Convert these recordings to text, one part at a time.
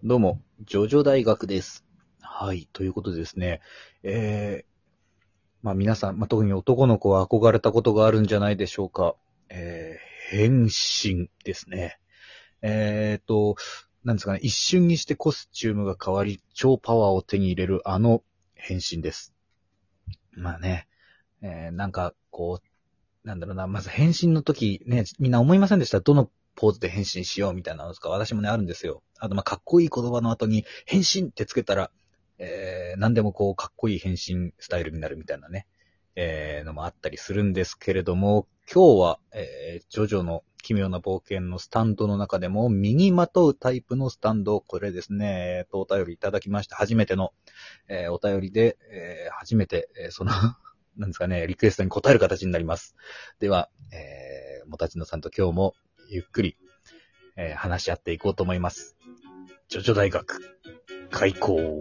どうも、ジョジョ大学です。はい、ということでですね、皆さん、特に男の子は憧れたことがあるんじゃないでしょうか。変身ですね。なんですかね、一瞬にしてコスチュームが変わり、超パワーを手に入れるあの変身です。まあね、なんだろうな、まず変身の時ね、みんな思いませんでした？どのポーズで変身しようみたいなのですか？私もね、あるんですよ。あと、かっこいい言葉の後に、変身ってつけたら、何でもかっこいい変身スタイルになるみたいなね、のもあったりするんですけれども、今日は、ジョジョの奇妙な冒険のスタンドの中でも、身にまとうタイプのスタンド、これですね、お便りいただきました。初めての、お便りで、初めて、なんですかね、リクエストに応える形になります。では、もたちのさんと今日もゆっくり、話し合っていこうと思います。ジョジョ大学、開校。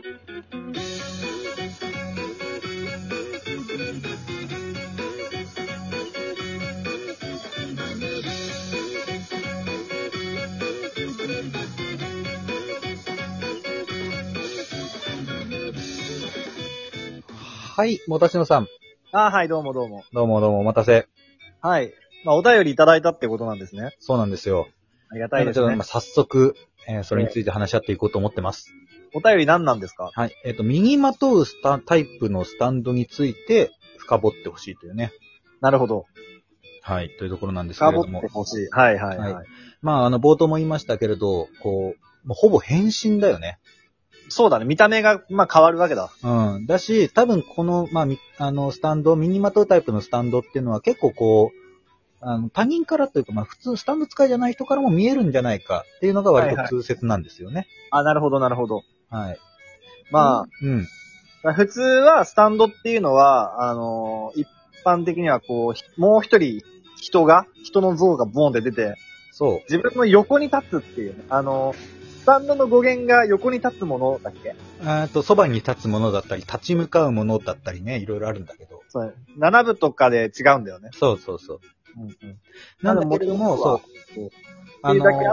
はい、もたちのさん。 はい、どうもどうも。 どうもどうもお待たせ。 はい。お便りいただいたってことなんですね。 そうなんですよ。 ありがたいですね。 早速、それについて話し合っていこうと思ってます。 お便り何なんですか？ はい。身にまとうタイプのスタンドについて深掘ってほしいというね。 なるほど。 はい。というところなんですけれども。 深掘ってほしい。はいはいはい。 冒頭も言いましたけれど、もうほぼ変身だよね。 そうだね。見た目が、変わるわけだ。 うん。だし、多分この、スタンド、身にまとうタイプのスタンドっていうのは結構他人からというか、普通スタンド使いじゃない人からも見えるんじゃないかっていうのが割と通説なんですよね。 なるほどなるほど。 はい。 うん。普通はスタンドっていうのは、一般的にはもう一人人の像がボーンって出て、 そう。 自分の横に立つっていうね。スタンドの語源が横に立つものだっけ？ そばに立つものだったり、立ち向かうものだったりね、いろいろあるんだけど。 そう。7部とかで違うんだよね。 そうそうそう。 うんうん。 なんだけれども、そう。 っていうだけあって、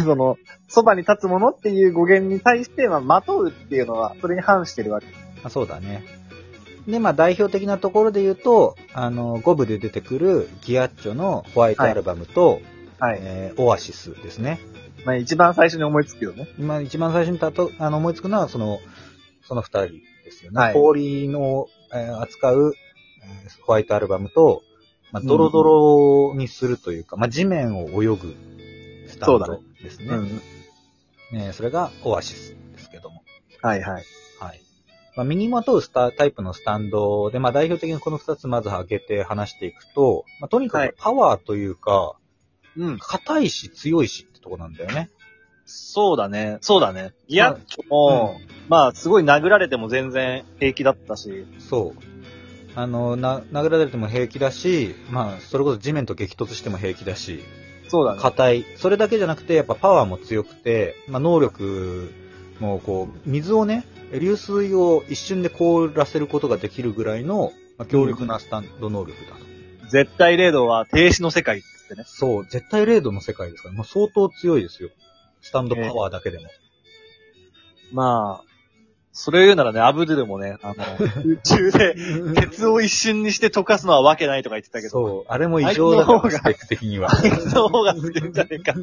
そばに立つものっていう語源に対して、まとうっていうのは、それに反してるわけ。 そうだね。で、代表的なところで言うと、5部で出てくるギアッチョのホワイトアルバムと、オアシスですね。 一番最初に思いつくよね。 一番最初に思いつくのは、その二人ですよね。 はい、 氷の、扱う、ホワイトアルバムと、ドロドロにするというか、地面を泳ぐスタンドですね。それがオアシスですけども。 はいはい。 はい。身にまとうタイプのスタンドで、代表的にこの2つまず挙げて話していくと、とにかくパワーというか、硬いし強いしってとこなんだよね。 そうだね。ギアッチョも、すごい殴られても全然平気だったし。 そう。殴られても平気だし、それこそ地面と激突しても平気だし。 そうだね。 硬い。それだけじゃなくて、やっぱパワーも強くて、能力も水をね、流水を一瞬で凍らせることができるぐらいの、強力なスタンド能力だと。 絶対0度は停止の世界ってね。 そう、絶対0度の世界ですから、相当強いですよ。スタンドパワーだけでも。 それを言うならね、アブドゥルもね、宇宙で鉄を一瞬にして溶かすのはわけないとか言ってたけど。 そう、あれも異常だから、スペック的には。 あいつの方が強いんじゃねえかって。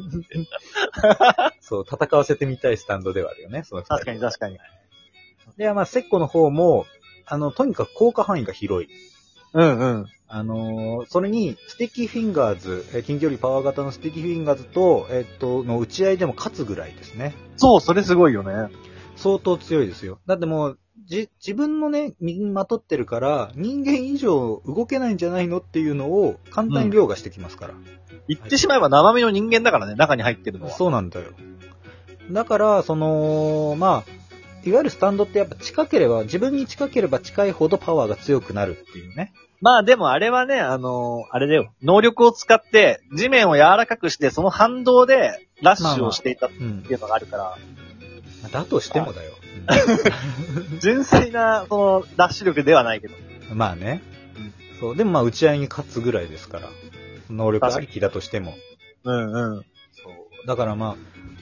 そう、戦わせてみたいスタンドではあるよね、その確かに確かに。 で、セッコの方も、とにかく効果範囲が広い。 うんうん。 それに、スティッキーフィンガーズ、近距離パワー型のスティッキーフィンガーズと、の打ち合いでも勝つぐらいですね。 そう、それすごいよね。 相当強いですよ。だってもう、自分のね、身にまとってるから、人間以上動けないんじゃないのっていうのを簡単に凌駕してきますから。 言ってしまえば生身の人間だからね、中に入ってるのは。 そうなんだよ。だから、いわゆるスタンドってやっぱ自分に近ければ近いほどパワーが強くなるっていうね。 でもあれはね、あれだよ。能力を使って、地面を柔らかくして、その反動で、ラッシュをしていたっていうのがあるから。 だとしてもだよ。 純粋な、ラッシュ力ではないけど。 まあね。そう。でも打ち合いに勝つぐらいですから。能力ありきだとしても。 うんうん。 そう。だから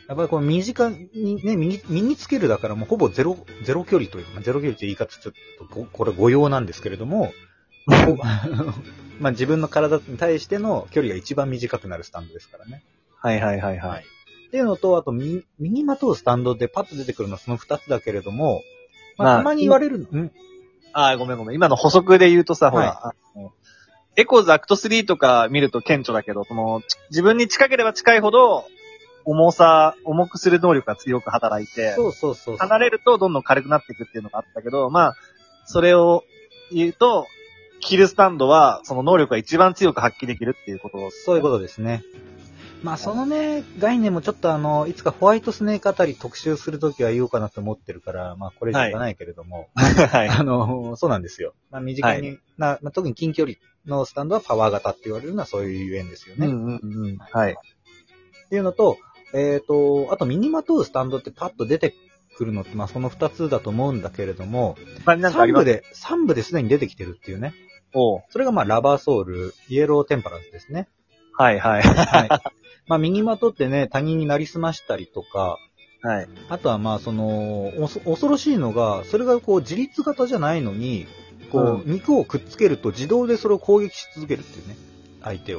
やっぱりこの身近にね、身につけるだからもうほぼゼロ距離というか、ゼロ距離って言い方ちょっとこれ誤用なんですけれども、まあ自分の体に対しての距離が一番短くなるスタンドですからね。 はいはいはいはい。 っていうのと、あと身にまとうスタンドでパッと出てくるのはその2つだけれども、まあたまに言われるの、 ごめん。今の補足で言うとさ、ほら、 はエコーズアクト3とか見ると顕著だけど、自分に近ければ近いほど、重くする能力が強く働いて、 そう。 離れるとどんどん軽くなっていくっていうのがあったけど、まあ、それを言うと、キルスタンドは、その能力が一番強く発揮できるっていうこと。 そういうことですね。まあそのね、概念もちょっといつかホワイトスネークあたり特集するときは言おうかなと思ってるから、まあこれ以上言わないけれども、 はい。 そうなんですよ。まあ短に、まあ特に近距離のスタンドはパワー型って言われるのはそういうゆえんですよね。 はい。 っていうのと、あと身にまとうスタンドってパッと出てくるのって、まあその2つだと思うんだけれども、3部ですでに出てきてるっていうね。それがまあラバーソウル、イエローテンパランスですね。 はい。 まあ身にまとってね、他人になりすましたりとか、 はい。 あとはまあ恐ろしいのが、それがこう自立型じゃないのに、こう、肉をくっつけると自動でそれを攻撃し続けるっていうね。相手を。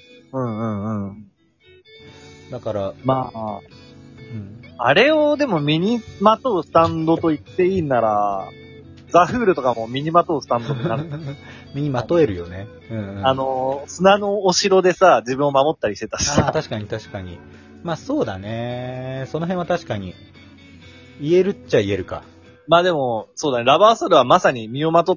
だから、 まあ、あれをでも身にまとうスタンドと言っていいなら、ザフールとかも身にまとうスタンドになる。 身にまとえるよね。 砂のお城でさ、自分を守ったりしてたしさ。 確かに。まあそうだね。その辺は確かに、言えるっちゃ言えるか。 まあでも、そうだね。ラバーソルはまさに身をまとって、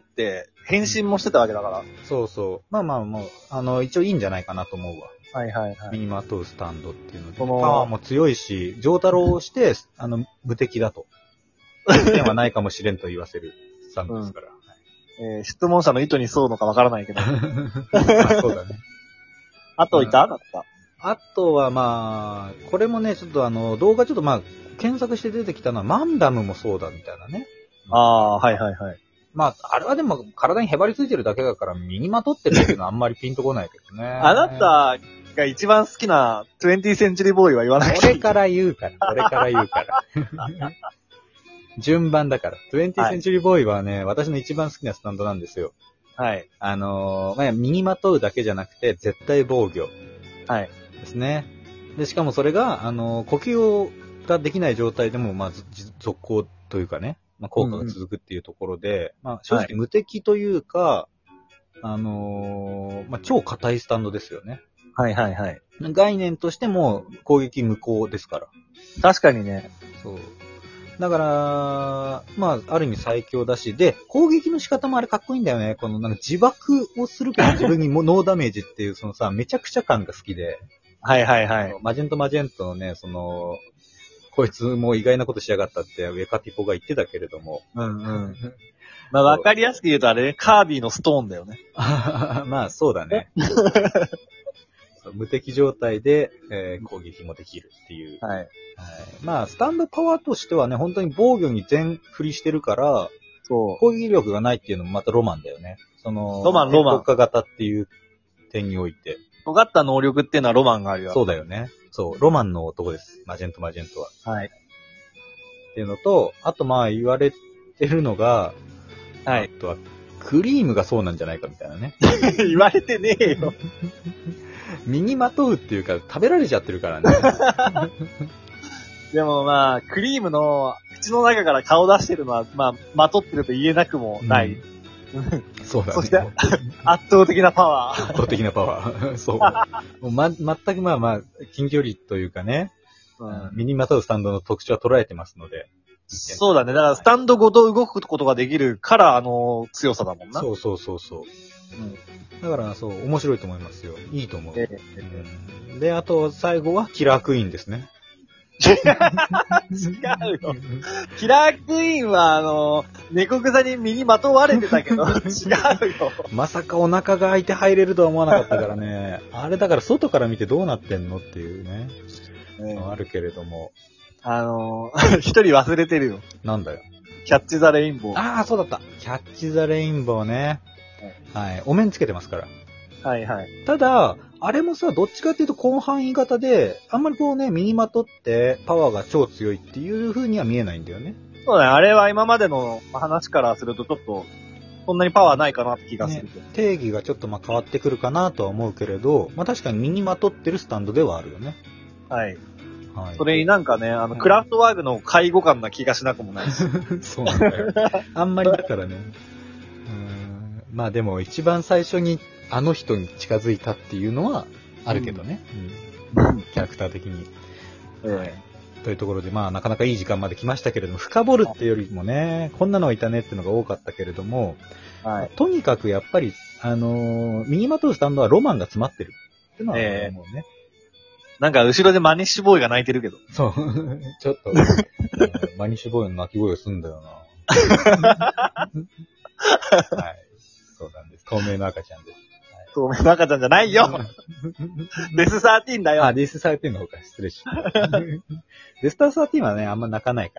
変身もしてたわけだから。 そう。まあもう、一応いいんじゃないかなと思うわ。 はい。 身にまとうスタンドっていうので。パワーも強いし、上太郎をして、無敵だと。点はないかもしれんと言わせるスタンドですから。 質問者の意図に沿うのかわからないけど。 そうだね。 あといただった。 あとはまあ、これもね、ちょっと動画ちょっとまあ、検索して出てきたのはマンダムもそうだみたいなね。 はい。 まあ、あれはでも体にへばりついてるだけだから身にまとってるっていうのはあんまりピンとこないけどね。 あなたが一番好きな20th Century Boyは言わなくていい。 俺から言うから。順番だから。20th Century Boyはね、私の一番好きなスタンドなんですよ。 はい。 まあ、身にまとうだけじゃなくて、絶対防御。 はい。 ですね。で、しかもそれが、呼吸ができない状態でも、まあ、続行というかね、まあ、効果が続くっていうところで、まあ、正直無敵というか、まあ、超硬いスタンドですよね。 はい。 概念としても攻撃無効ですから。 確かにね。 そう。だから、まあ、ある意味最強だし、で、攻撃の仕方もあれかっこいいんだよね。このなんか自爆をするけど自分にもノーダメージっていうそのさ、めちゃくちゃ感が好きで。 はい。 マジェントのね、こいつもう意外なことしやがったってウェカティポが言ってたけれども。 まあ、わかりやすく言うとあれ、カービィのストーンだよね。 まあ、そうだね。無敵状態で、攻撃もできるっていう。 はい。 まあ、スタンドパワーとしてはね、本当に防御に全振りしてるから、 そう。 攻撃力がないっていうのもまたロマンだよね。 ロマン。 特化型っていう点において。 尖った能力っていうのはロマンがあるよ。 そうだよね。そう、ロマンの男です。マジェントは。 はい。 っていうのと、あとまあ言われてるのが、 はい。 あとは、クリームがそうなんじゃないかみたいなね。 言われてねえよ。 身にまとうっていうか、食べられちゃってるからね。 でもまあ、クリームの口の中から顔出してるのは、まあ、まとってると言えなくもない。 そうだね。 そして、圧倒的なパワー。 圧倒的なパワー。そう。もう全くまあ、近距離というかね、身にまとうスタンドの特徴は捉えてますので。 そうだね。だからスタンドごと動くことができるから、強さだもんな。 そう。だからそう、面白いと思いますよ。いいと思う。で、あと最後はキラークイーンですね。 違うよ。キラークイーンは、猫草に身にまとわれてたけど、違うよ。 まさかお腹が開いて入れるとは思わなかったからね。あれだから外から見てどうなってんのっていうね。あるけれども。 一人忘れてるよ。 なんだよ。 キャッチザレインボー。 ああ、そうだった。キャッチザレインボーね。はい。お面つけてますから。 はいはい。 ただ、あれもさ、どっちかっていうと広範囲型で、あんまりこうね、身にまとってパワーが超強いっていう風には見えないんだよね。 そうだね。あれは今までの話からするとちょっと、そんなにパワーないかなって気がするけど。 定義がちょっとまあ変わってくるかなとは思うけれど、まあ確かに身にまとってるスタンドではあるよね。 はい。 はい。 それになんかね、クラフトワークの介護官な気がしなくもないし。 そうなんだよ。あんまりだからね。まあでも一番最初にあの人に近づいたっていうのはあるけどね。キャラクター的に。というところで、まあなかなかいい時間まで来ましたけれども、深掘るってよりもね、こんなのいたねっていうのが多かったけれども、 はい。 とにかくやっぱり、身にまとうスタンドはロマンが詰まってるっていうのは思うね。 なんか後ろでマニッシュボーイが泣いてるけど。 そう。ちょっと、マニッシュボーイの鳴き声をすんだよな。はい。そうなんです。透明の赤ちゃんです。 透明の赤ちゃんじゃないよデス13だよ。 あ、デス13の方か、失礼しました。デスター13はね、あんま泣かないから。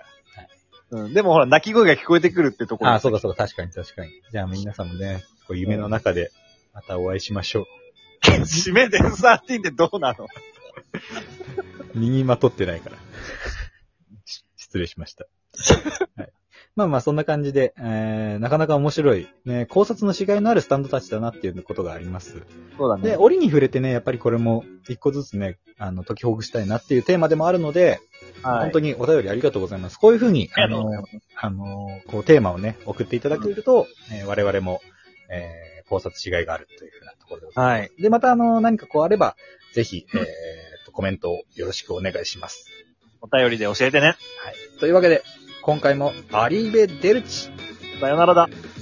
うん。でもほら、泣き声が聞こえてくるってところ。 あ、そうかそうか、確かに確かに。じゃあ皆さんもね、こう夢の中でまたお会いしましょう。 締めデス13ってどうなの？ 身にまとってないから。失礼しました。はい、まあまあそんな感じで、なかなか面白い、ね、考察のしがいのあるスタンドたちだなっていうことがあります。 そうだね。 で、折に触れてね、やっぱりこれも一個ずつね、解きほぐしたいなっていうテーマでもあるので、はい、本当にお便りありがとうございます。こういうふうに、こうテーマをね、送っていただけると、我々も、考察しがいがあるというふうなところでございます。はい。で、また何かこうあれば、ぜひ、コメントをよろしくお願いします。 お便りで教えてね。 はい。というわけで、今回もアリーベデルチ。 さよならだ。